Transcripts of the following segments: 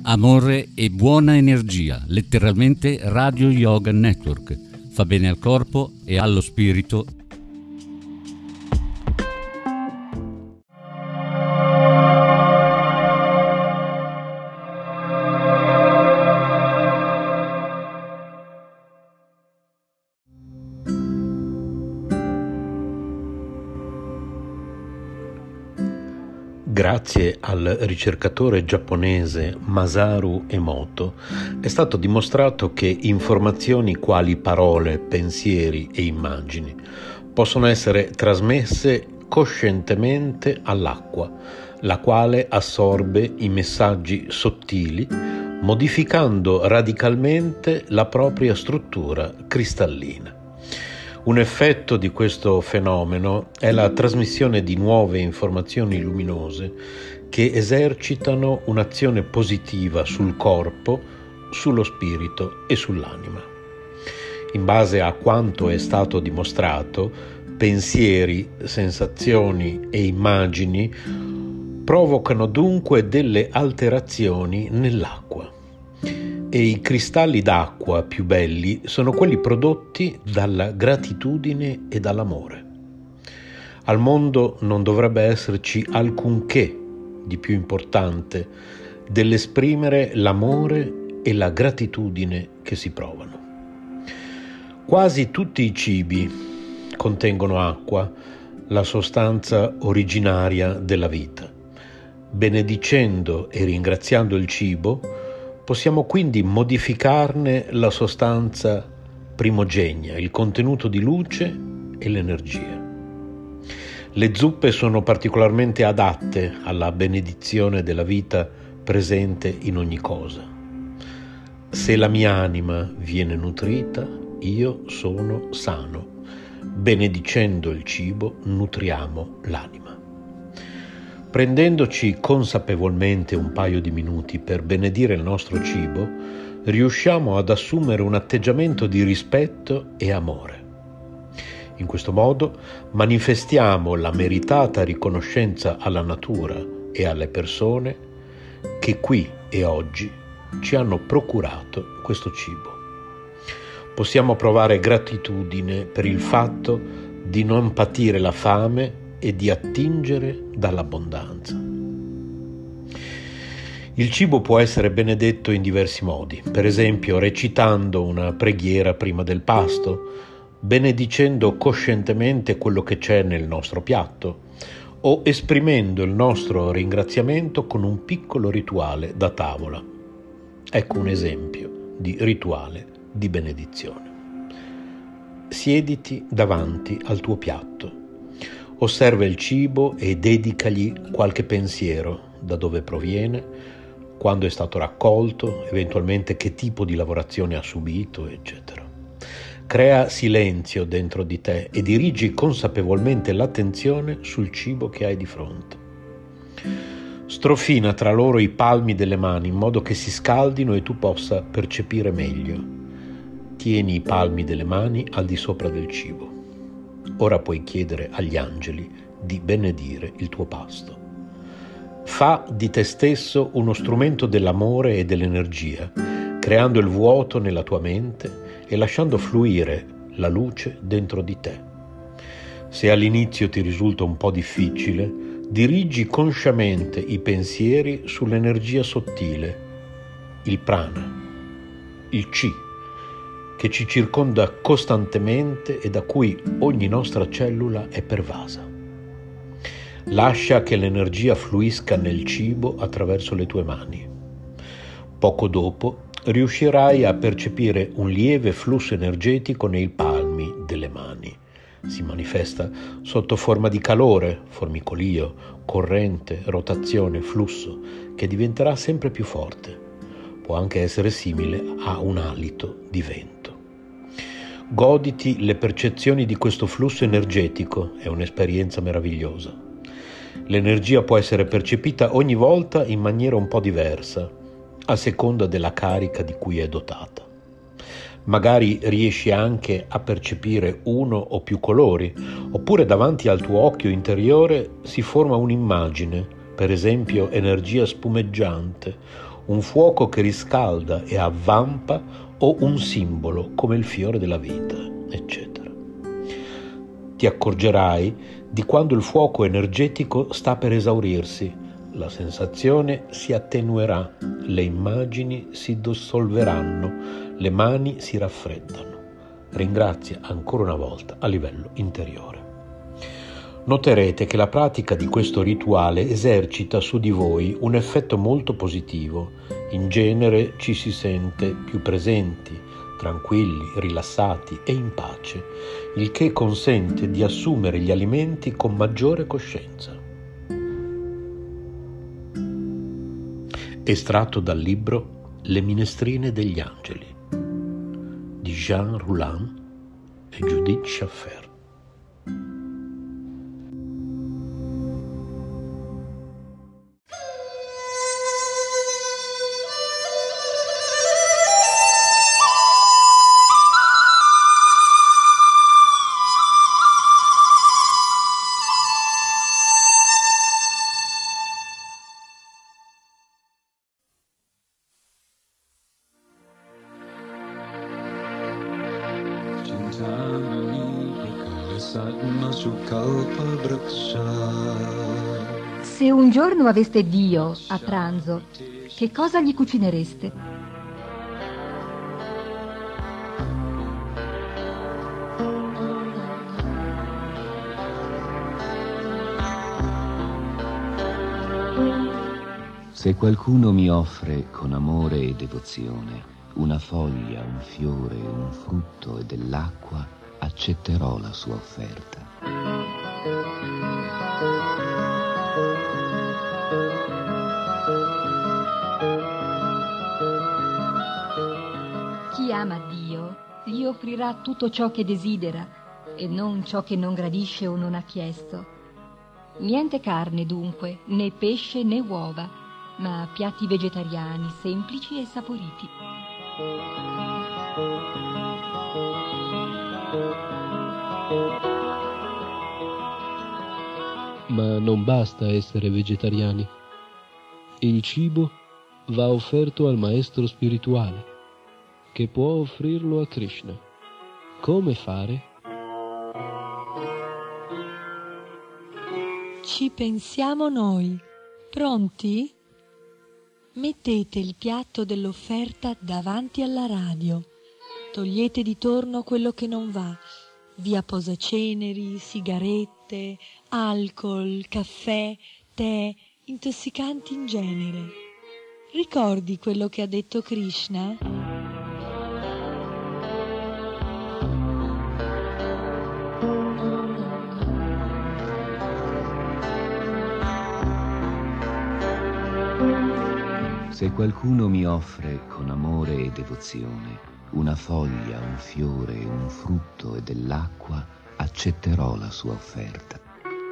Amore e buona energia, letteralmente Radio Yoga Network. Fa bene al corpo e allo spirito. Grazie al ricercatore giapponese Masaru Emoto è stato dimostrato che informazioni quali parole, pensieri e immagini possono essere trasmesse coscientemente all'acqua, la quale assorbe i messaggi sottili, modificando radicalmente la propria struttura cristallina. Un effetto di questo fenomeno è la trasmissione di nuove informazioni luminose che esercitano un'azione positiva sul corpo, sullo spirito e sull'anima. In base a quanto è stato dimostrato, pensieri, sensazioni e immagini provocano dunque delle alterazioni nell'acqua. E i cristalli d'acqua più belli sono quelli prodotti dalla gratitudine e dall'amore. Al mondo non dovrebbe esserci alcunché di più importante dell'esprimere l'amore e la gratitudine che si provano. Quasi tutti i cibi contengono acqua, la sostanza originaria della vita. Benedicendo e ringraziando il cibo, possiamo quindi modificarne la sostanza primogenia, il contenuto di luce e l'energia. Le zuppe sono particolarmente adatte alla benedizione della vita presente in ogni cosa. Se la mia anima viene nutrita, io sono sano. Benedicendo il cibo, nutriamo l'anima. Prendendoci consapevolmente un paio di minuti per benedire il nostro cibo, riusciamo ad assumere un atteggiamento di rispetto e amore. In questo modo manifestiamo la meritata riconoscenza alla natura e alle persone che qui e oggi ci hanno procurato questo cibo. Possiamo provare gratitudine per il fatto di non patire la fame e di attingere dall'abbondanza. Il cibo può essere benedetto in diversi modi, per esempio recitando una preghiera prima del pasto, benedicendo coscientemente quello che c'è nel nostro piatto o esprimendo il nostro ringraziamento con un piccolo rituale da tavola. Ecco un esempio di rituale di benedizione. Siediti davanti al tuo piatto. Osserva il cibo e dedicagli qualche pensiero, da dove proviene, quando è stato raccolto, eventualmente che tipo di lavorazione ha subito, eccetera. Crea silenzio dentro di te e dirigi consapevolmente l'attenzione sul cibo che hai di fronte. Strofina tra loro i palmi delle mani in modo che si scaldino e tu possa percepire meglio. Tieni i palmi delle mani al di sopra del cibo. Ora puoi chiedere agli angeli di benedire il tuo pasto. Fa di te stesso uno strumento dell'amore e dell'energia, creando il vuoto nella tua mente e lasciando fluire la luce dentro di te. Se all'inizio ti risulta un po' difficile, dirigi consciamente i pensieri sull'energia sottile, il prana, il chi, che ci circonda costantemente e da cui ogni nostra cellula è pervasa. Lascia che l'energia fluisca nel cibo attraverso le tue mani. Poco dopo riuscirai a percepire un lieve flusso energetico nei palmi delle mani. Si manifesta sotto forma di calore, formicolio, corrente, rotazione, flusso, che diventerà sempre più forte. Può anche essere simile a un alito di vento. Goditi le percezioni di questo flusso energetico, è un'esperienza meravigliosa. L'energia può essere percepita ogni volta in maniera un po' diversa, a seconda della carica di cui è dotata. Magari riesci anche a percepire uno o più colori, oppure davanti al tuo occhio interiore si forma un'immagine, per esempio energia spumeggiante, un fuoco che riscalda e avvampa o un simbolo come il fiore della vita, eccetera. Ti accorgerai di quando il fuoco energetico sta per esaurirsi, la sensazione si attenuerà, le immagini si dissolveranno, le mani si raffreddano. Ringrazia ancora una volta a livello interiore. Noterete che la pratica di questo rituale esercita su di voi un effetto molto positivo. In genere ci si sente più presenti, tranquilli, rilassati e in pace, il che consente di assumere gli alimenti con maggiore coscienza. Estratto dal libro Le minestrine degli angeli di Jean Roulin e Judith Schaffer. Se un giorno aveste Dio a pranzo, che cosa gli cucinereste? Se qualcuno mi offre con amore e devozione una foglia, un fiore, un frutto e dell'acqua, accetterò la sua offerta. Chi ama Dio gli offrirà tutto ciò che desidera e non ciò che non gradisce o non ha chiesto. Niente carne dunque, né pesce né uova, ma piatti vegetariani semplici e saporiti. Ma non basta essere vegetariani. Il cibo va offerto al maestro spirituale, che può offrirlo a Krishna. Come fare? Ci pensiamo noi. Pronti? Mettete il piatto dell'offerta davanti alla radio. Togliete di torno quello che non va. Via posaceneri, sigarette, alcol, caffè, tè, intossicanti in genere. Ricordi quello che ha detto Krishna? Se qualcuno mi offre con amore e devozione una foglia, un fiore, un frutto e dell'acqua, accetterò la sua offerta.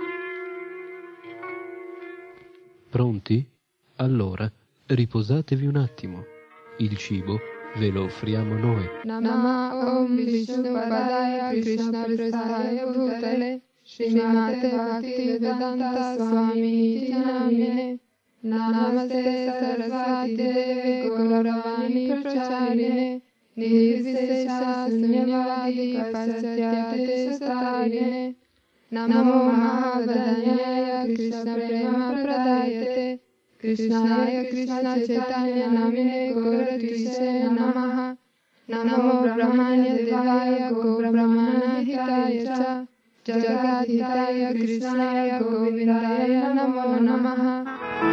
Pronti? Allora, riposatevi un attimo. Il cibo ve lo offriamo noi. Namah Om Vishnu Padaya Krishna Prasthaya Bhutale Srimate Bhakti Vedanta Swami Iti Namine Namaste Sarasvati Deve Gauravani Pracharine Nirvisesha Sunyavadi Paschatya Satarine Namo Mahadanyaya Krishna Prema Pradayate Krishnaya Krishna Chaitanya Namine Gauratrise Namaha Namo Brahmanya Devaya Go Brahmana Hitaya Cha Jagadhitaya Krishnaya Govindaya Namo Namaha.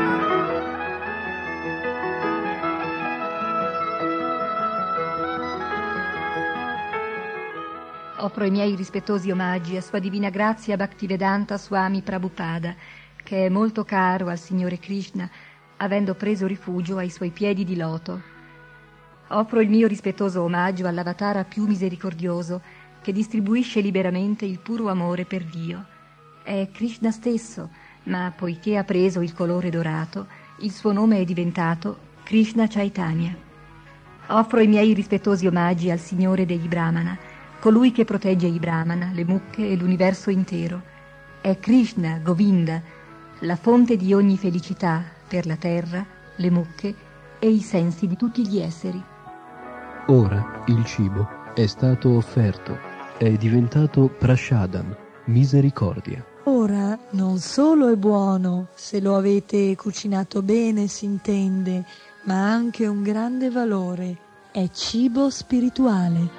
Offro i miei rispettosi omaggi a Sua Divina Grazia Bhaktivedanta Swami Prabhupada, che è molto caro al Signore Krishna, avendo preso rifugio ai suoi piedi di loto. Offro il mio rispettoso omaggio all'avatara più misericordioso, che distribuisce liberamente il puro amore per Dio. È Krishna stesso, ma poiché ha preso il colore dorato, il suo nome è diventato Krishna Chaitanya. Offro i miei rispettosi omaggi al Signore degli Brahmana, colui che protegge i Brahmana, le mucche e l'universo intero. È Krishna, Govinda, la fonte di ogni felicità per la terra, le mucche e i sensi di tutti gli esseri. Ora il cibo è stato offerto, è diventato prashadam, misericordia. Ora non solo è buono, se lo avete cucinato bene si intende, ma ha anche un grande valore, è cibo spirituale.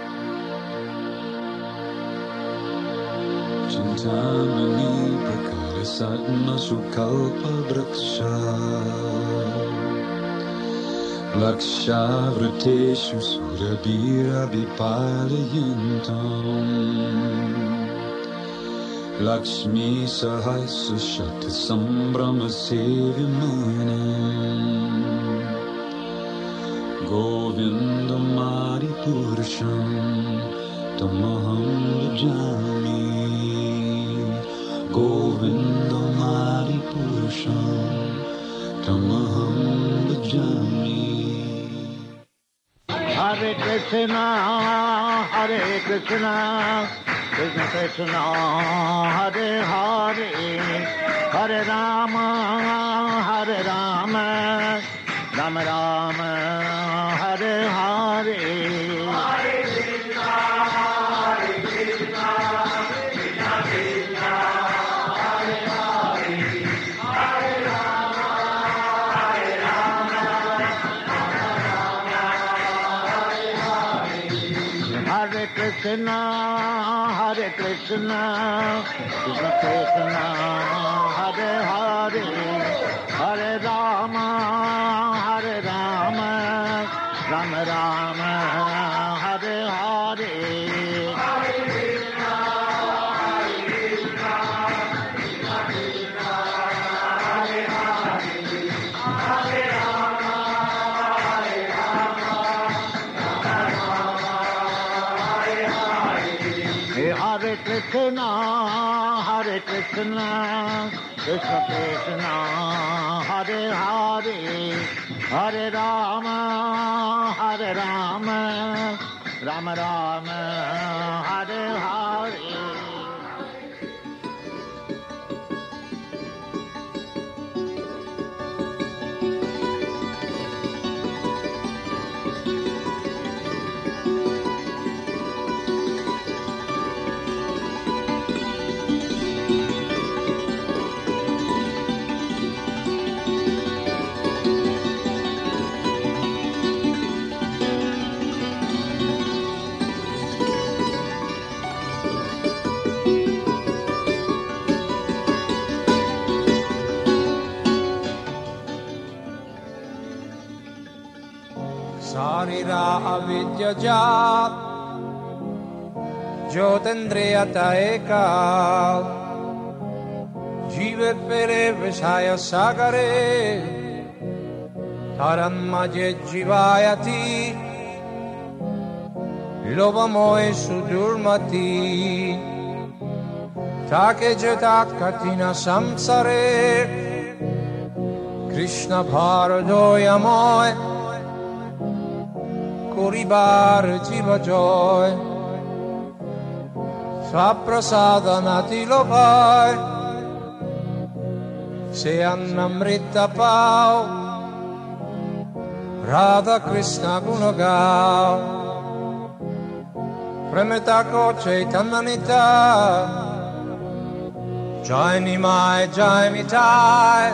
Chintamani prakara satma sukalpa vraksha Laksha vriteshu surabhira vipalayuntam Lakshmi sahasra shata sambrama sevyamanam Govinda Mari Purusham Tamaham Bhajami Govinda Mari Purusham Tamaham Bhajami Hare Krishna, Krishna Krishna, Hare Hare, Hare Rama, Rama Rama, Hare Hare. Hare Krishna, Krishna Krishna, Hare Hare, Hare Rama, Hare Krishna, Krishna Krishna, Hare Hare, Hare Rama, Rama Rama, Hare Hare. Hare Krishna, Krishna Krishna, Hare Hare, Hare Rama, Hare Krishna, Krishna Krishna, Hare Hare, Hare Rama, Rama Rama, Hare Hare. Sarira avidya jat Jyotendriyata ekal Jivet pere vishaya sagare Taran maje jivayati Lovamoe sudurmati Take jetat katina samsare Krishna bharadoyamoe Kuribar jiva joy Svaprasadanati lopai Se annamrita pau Radha Krishna gunagau Premetako Chaitananita Jai Nimai Jai Mitai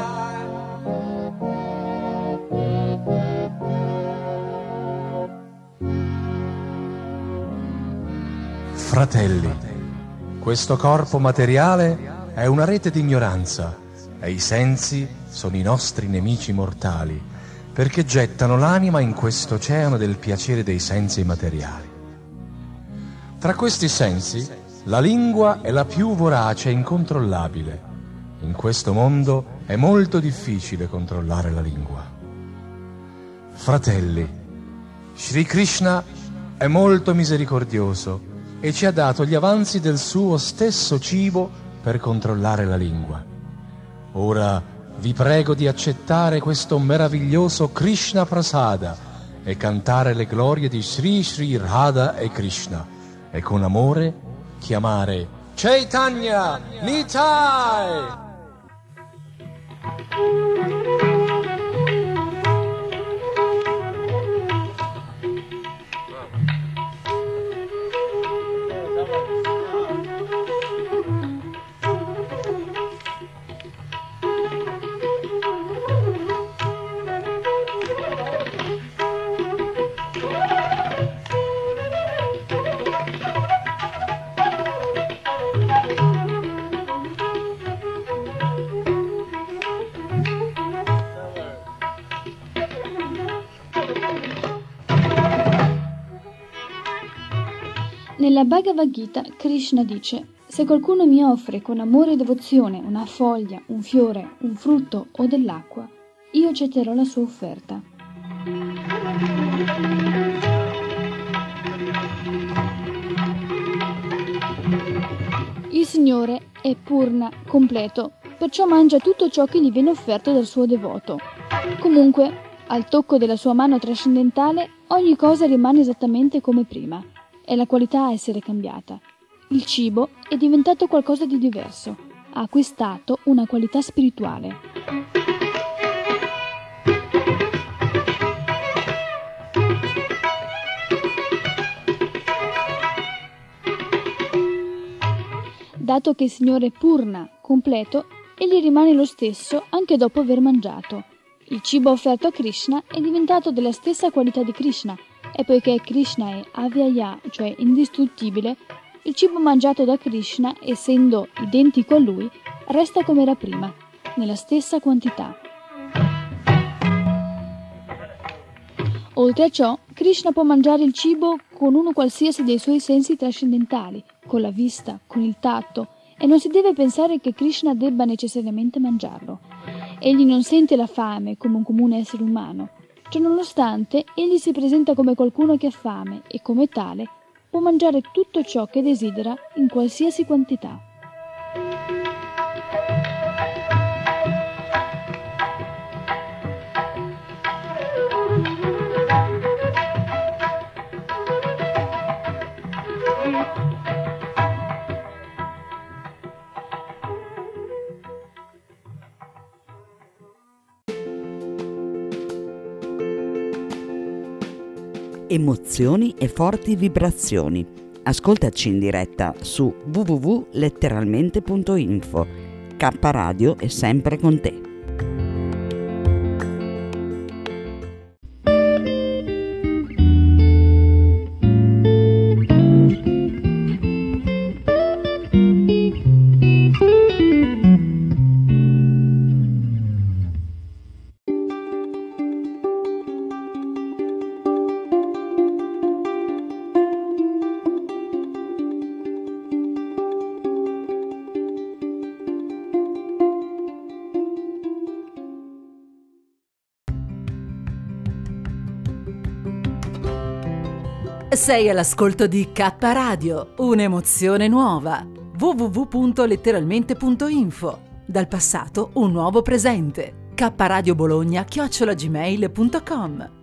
Fratelli, questo corpo materiale è una rete di ignoranza e i sensi sono i nostri nemici mortali perché gettano l'anima in questo oceano del piacere dei sensi materiali. Tra questi sensi, la lingua è la più vorace e incontrollabile. In questo mondo è molto difficile controllare la lingua. Fratelli, Sri Krishna è molto misericordioso e ci ha dato gli avanzi del suo stesso cibo per controllare la lingua. Ora vi prego di accettare questo meraviglioso Krishna Prasada e cantare le glorie di Sri Sri Radha e Krishna e con amore chiamare Chaitanya Nitai! Nella Bhagavad Gita, Krishna dice: se qualcuno mi offre con amore e devozione una foglia, un fiore, un frutto o dell'acqua, io accetterò la sua offerta. Il Signore è Purna, completo, perciò mangia tutto ciò che gli viene offerto dal suo devoto. Comunque, al tocco della sua mano trascendentale, ogni cosa rimane esattamente come prima. È la qualità a essere cambiata. Il cibo è diventato qualcosa di diverso, ha acquistato una qualità spirituale. Dato che il Signore è Purna, completo, egli rimane lo stesso anche dopo aver mangiato. Il cibo offerto a Krishna è diventato della stessa qualità di Krishna, e poiché Krishna è Avyaya, cioè indistruttibile, il cibo mangiato da Krishna, essendo identico a lui, resta come era prima, nella stessa quantità. Oltre a ciò, Krishna può mangiare il cibo con uno qualsiasi dei suoi sensi trascendentali, con la vista, con il tatto, e non si deve pensare che Krishna debba necessariamente mangiarlo. Egli non sente la fame come un comune essere umano. Ciononostante, egli si presenta come qualcuno che ha fame e, come tale, può mangiare tutto ciò che desidera in qualsiasi quantità. Emozioni e forti vibrazioni. Ascoltaci in diretta su www.letteralmente.info. K Radio è sempre con te. Sei all'ascolto di K Radio, un'emozione nuova. www.letteralmente.info. Dal passato un nuovo presente. kradiobologna@gmail.com.